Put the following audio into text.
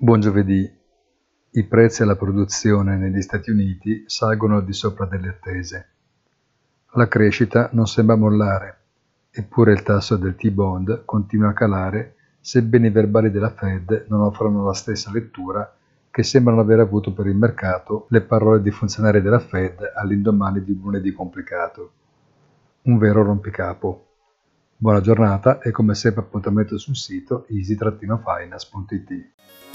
Buon giovedì. I prezzi alla produzione negli Stati Uniti salgono al di sopra delle attese. La crescita non sembra mollare, eppure il tasso del T-bond continua a calare, sebbene i verbali della Fed non offrano la stessa lettura che sembrano aver avuto per il mercato le parole di funzionari della Fed all'indomani di un lunedì complicato. Un vero rompicapo. Buona giornata e come sempre appuntamento sul sito easy-finance.it.